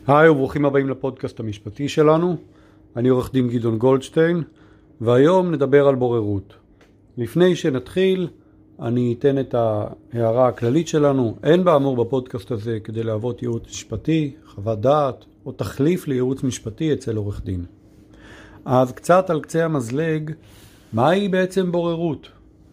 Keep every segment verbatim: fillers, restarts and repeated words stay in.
היי וברוכים הבאים לפודקאסט המשפטי שלנו. אני עורך דין גדעון גולדשטיין, והיום נדבר על בוררות. לפני שנתחיל, אני אתן את ההערה הכללית שלנו. אין באמור בפודקאסט הזה כדי להוות ייעוץ משפטי, חוות דעת או תחליף לייעוץ משפטי אצל עורך דין. אז קצת על קצה המזלג, מהי בעצם בוררות?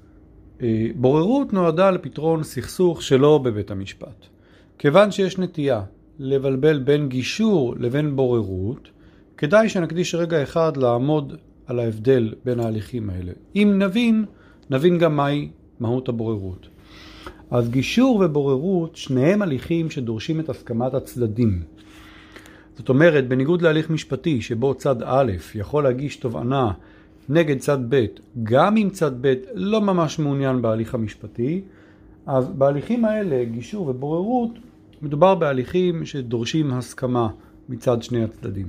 בוררות נועדה לפתרון סכסוך שלא בבית המשפט. כיוון שיש נטייה לבלבל בין גישור לבין בוררות, כדאי שנקדיש רגע אחד לעמוד על ההבדל בין ההליכים האלה. אם נבין, נבין גם מהי מהות הבוררות. אז גישור ובוררות, שניהם הליכים שדורשים את הסכמת הצדדים. זאת אומרת, בניגוד להליך משפטי שבו צד א' יכול להגיש תובענה נגד צד ב', גם אם צד ב' לא ממש מעוניין בהליך המשפטי, אז בהליכים האלה, גישור ובוררות, מדובר בהליכים שדורשים הסכמה מצד שני הצדדים.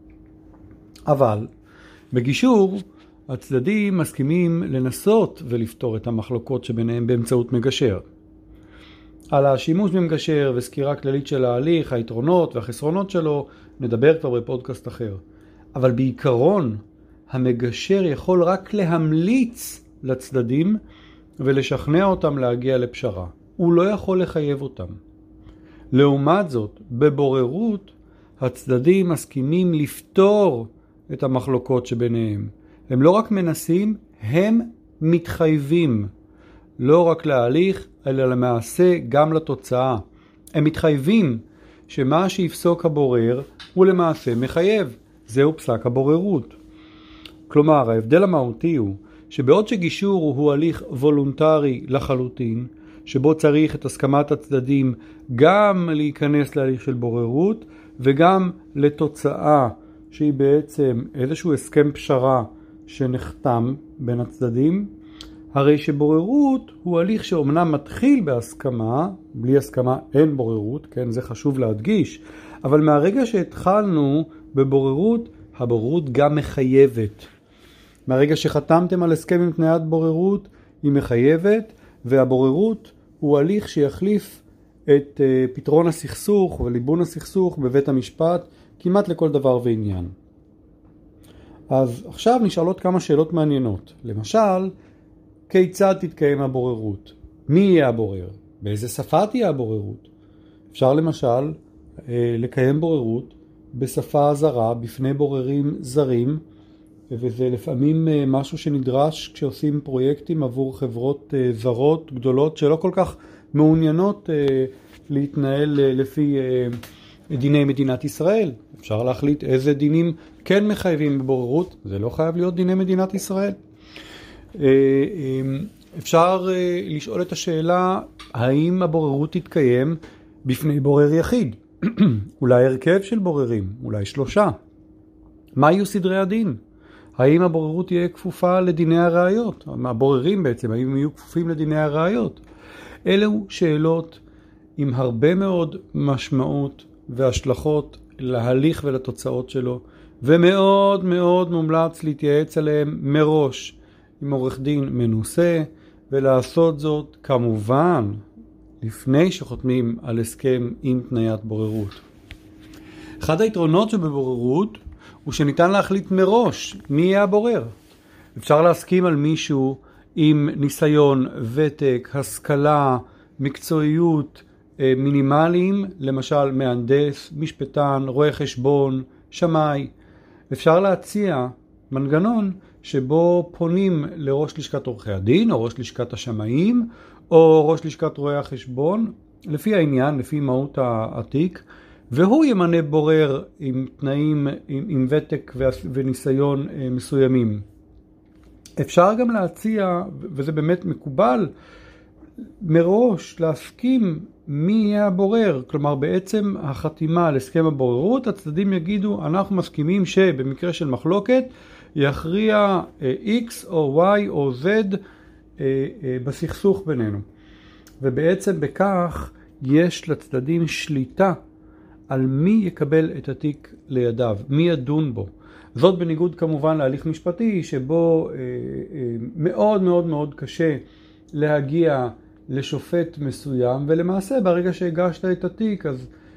אבל בגישור הצדדים מסכימים לנסות ולפתור את המחלוקות שביניהם באמצעות מגשר. על השימוש במגשר וסקירה כללית של ההליך, היתרונות והחסרונות שלו, נדבר כבר בפודקאסט אחר. אבל בעיקרון, המגשר יכול רק להמליץ לצדדים ולשכנע אותם להגיע לפשרה. הוא לא יכול לחייב אותם. לעומת זאת, בבוררות, הצדדים מסכימים לפתור את המחלוקות שביניהם. הם לא רק מנסים, הם מתחייבים. לא רק להליך, אלא למעשה גם לתוצאה. הם מתחייבים שמה שיפסוק הבורר הוא למעשה מחייב. זהו פסק הבוררות. כלומר, ההבדל המהותי הוא שבעוד שגישור הוא הליך וולונטרי לחלוטין, שבו צריך את הסכמת הצדדים גם להיכנס להליך של בוררות וגם לתוצאה שהיא בעצם איזשהו הסכם פשרה שנחתם בין הצדדים, הרי שבוררות הוא הליך שאומנם מתחיל בהסכמה, בלי הסכמה אין בוררות, כן, זה חשוב להדגיש, אבל מהרגע שהתחלנו בבוררות, הבוררות גם מחייבת. מהרגע שחתמתם על הסכם עם תניית בוררות, היא מחייבת, והבוררות הוא הליך שיחליף את uh, פתרון הסכסוך וליבון הסכסוך בבית המשפט כמעט לכל דבר ועניין. אז עכשיו נשאלות כמה שאלות מעניינות. למשל, כיצד תתקיים הבוררות? מי יהיה הבורר? באיזה שפה תהיה הבוררות? אפשר למשל uh, לקיים בוררות בשפה זרה בפני בוררים זרים, וזה לפעמים משהו שנדרש כשעושים פרויקטים עבור חברות זרות גדולות שלא כל כך מעוניינות להתנהל לפי דיני מדינת ישראל. אפשר להחליט איזה דינים כן מחייבים בבוררות, זה לא חייב להיות דיני מדינת ישראל. אפשר לשאול את השאלה, האם הבוררות תתקיים בפני בורר יחיד? אולי הרכב של בוררים, אולי שלושה. מה יהיו סדרי הדין? האם הבוררות תהיה כפופה לדיני הראיות? הבוררים בעצם, האם יהיו כפופים לדיני הראיות? אלו שאלות עם הרבה מאוד משמעות והשלכות להליך ולתוצאות שלו, ומאוד מאוד מומלץ להתייעץ עליהם מראש עם עורך דין מנוסה, ולעשות זאת כמובן לפני שחותמים על הסכם עם תניית בוררות. אחד היתרונות שבבוררות הוא שניתן להחליט מראש מי יהיה הבורר. אפשר להסכים על מישהו עם ניסיון, ותק, השכלה, מקצועיות מינימליים, למשל מהנדס, משפטן, רואה חשבון, שמאי. אפשר להציע מנגנון שבו פונים לראש לשכת עורכי הדין, או ראש לשכת השמאים, או ראש לשכת רואי החשבון, לפי העניין, לפי מהות התיק, והוא ימנה בורר עם תנאים, עם, עם ותק וניסיון מסוימים. אפשר גם להציע, וזה באמת מקובל, מראש להסכים מי יהיה הבורר. כלומר, בעצם החתימה על הסכם הבוררות, הצדדים יגידו, אנחנו מסכימים שבמקרה של מחלוקת, יכריע X או Y או Z בסכסוך בינינו. ובעצם בכך יש לצדדים שליטה על מי יקבל את התיק לידיו, מי ידון בו. זאת בניגוד כמובן להליך משפטי, שבו אה, אה, מאוד מאוד מאוד קשה להגיע לשופט מסוים, ולמעשה ברגע שהגשת את התיק, אז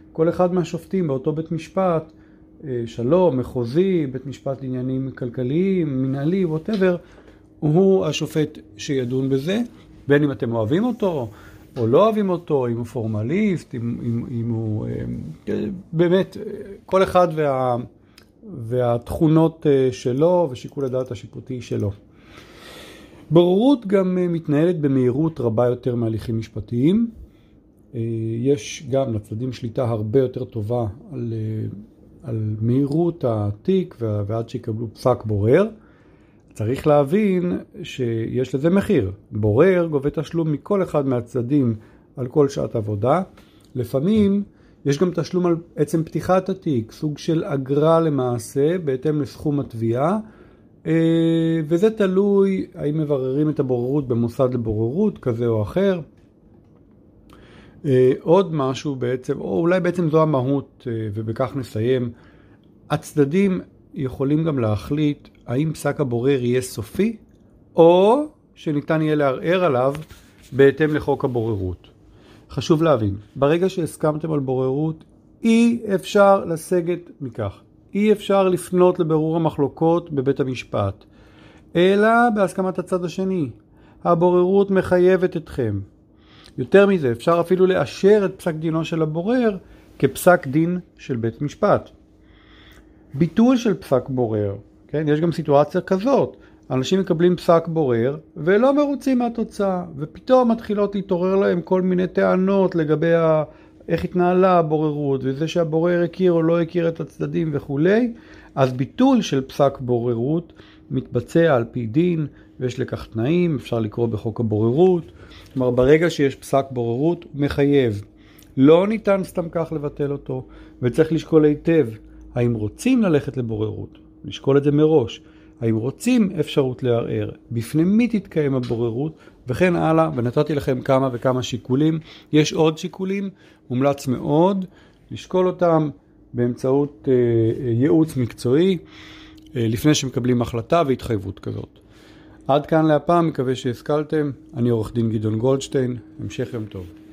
כל אחד מהשופטים באותו בית משפט, שלום, מחוזי, בית משפט לעניינים כלכליים, מנהלי, whatever, הוא השופט שידון בזה, בין אם אתם אוהבים אותו או לא אוהבים אותו, אם הוא פורמליסט, אם, אם, אם הוא באמת, כל אחד וה, והתכונות שלו ושיקול הדעת השיפוטי שלו. בוררות גם מתנהלת במהירות רבה יותר מהליכים משפטיים. יש גם לצדדים שליטה הרבה יותר טובה על, על מהירות התיק ועד שיקבלו פסק בורר. צריך להבין שיש לזה מחיר. בורר גובה תשלום מכל אחד מהצדדים על כל שעת עבודה. לפעמים יש גם תשלום על עצם פתיחת התיק, סוג של אגרה למעשה בהתאם לסכום התביעה, וזה תלוי האם מבררים את הבוררות במוסד לבוררות כזה או אחר. עוד משהו בעצם, או אולי בעצם זו המהות, ובכך נסיים. הצדדים יכולים גם להחליט האם פסק הבורר יהיה סופי, או שניתן יהיה לערער עליו בהתאם לחוק הבוררות. חשוב להבין, ברגע שהסכמתם על בוררות, אי אפשר לסגת מכך. אי אפשר לפנות לבירור המחלוקות בבית המשפט, אלא בהסכמת הצד השני. הבוררות מחייבת אתכם. יותר מזה, אפשר אפילו לאשר את פסק דינו של הבורר כפסק דין של בית משפט. ביטול של פסק בורר, כן? יש גם סיטואציה כזאת. אנשים מקבלים פסק בורר ולא מרוצים מהתוצאה, ופתאום מתחילות להתעורר להם כל מיני טענות לגבי ה... איך התנהלה הבוררות, וזה שהבורר הכיר או לא הכיר את הצדדים וכו'. אז ביטול של פסק בוררות מתבצע על פי דין, ויש לכך תנאים, אפשר לקרוא בחוק הבוררות. כלומר, ברגע שיש פסק בוררות, הוא מחייב. לא ניתן סתם כך לבטל אותו, וצריך לשקול היטב, האם רוצים ללכת לבוררות, לשקול את זה מראש, האם רוצים אפשרות לערער, בפני מי תתקיים הבוררות, וכן הלאה, ונתתי לכם כמה וכמה שיקולים. יש עוד שיקולים, מומלץ מאוד לשקול אותם באמצעות אה, ייעוץ מקצועי, אה, לפני שמקבלים החלטה והתחייבות כזאת. עד כאן להפעם, מקווה שהשכלתם. אני עורך דין גדעון גולדשטיין, המשך יום טוב.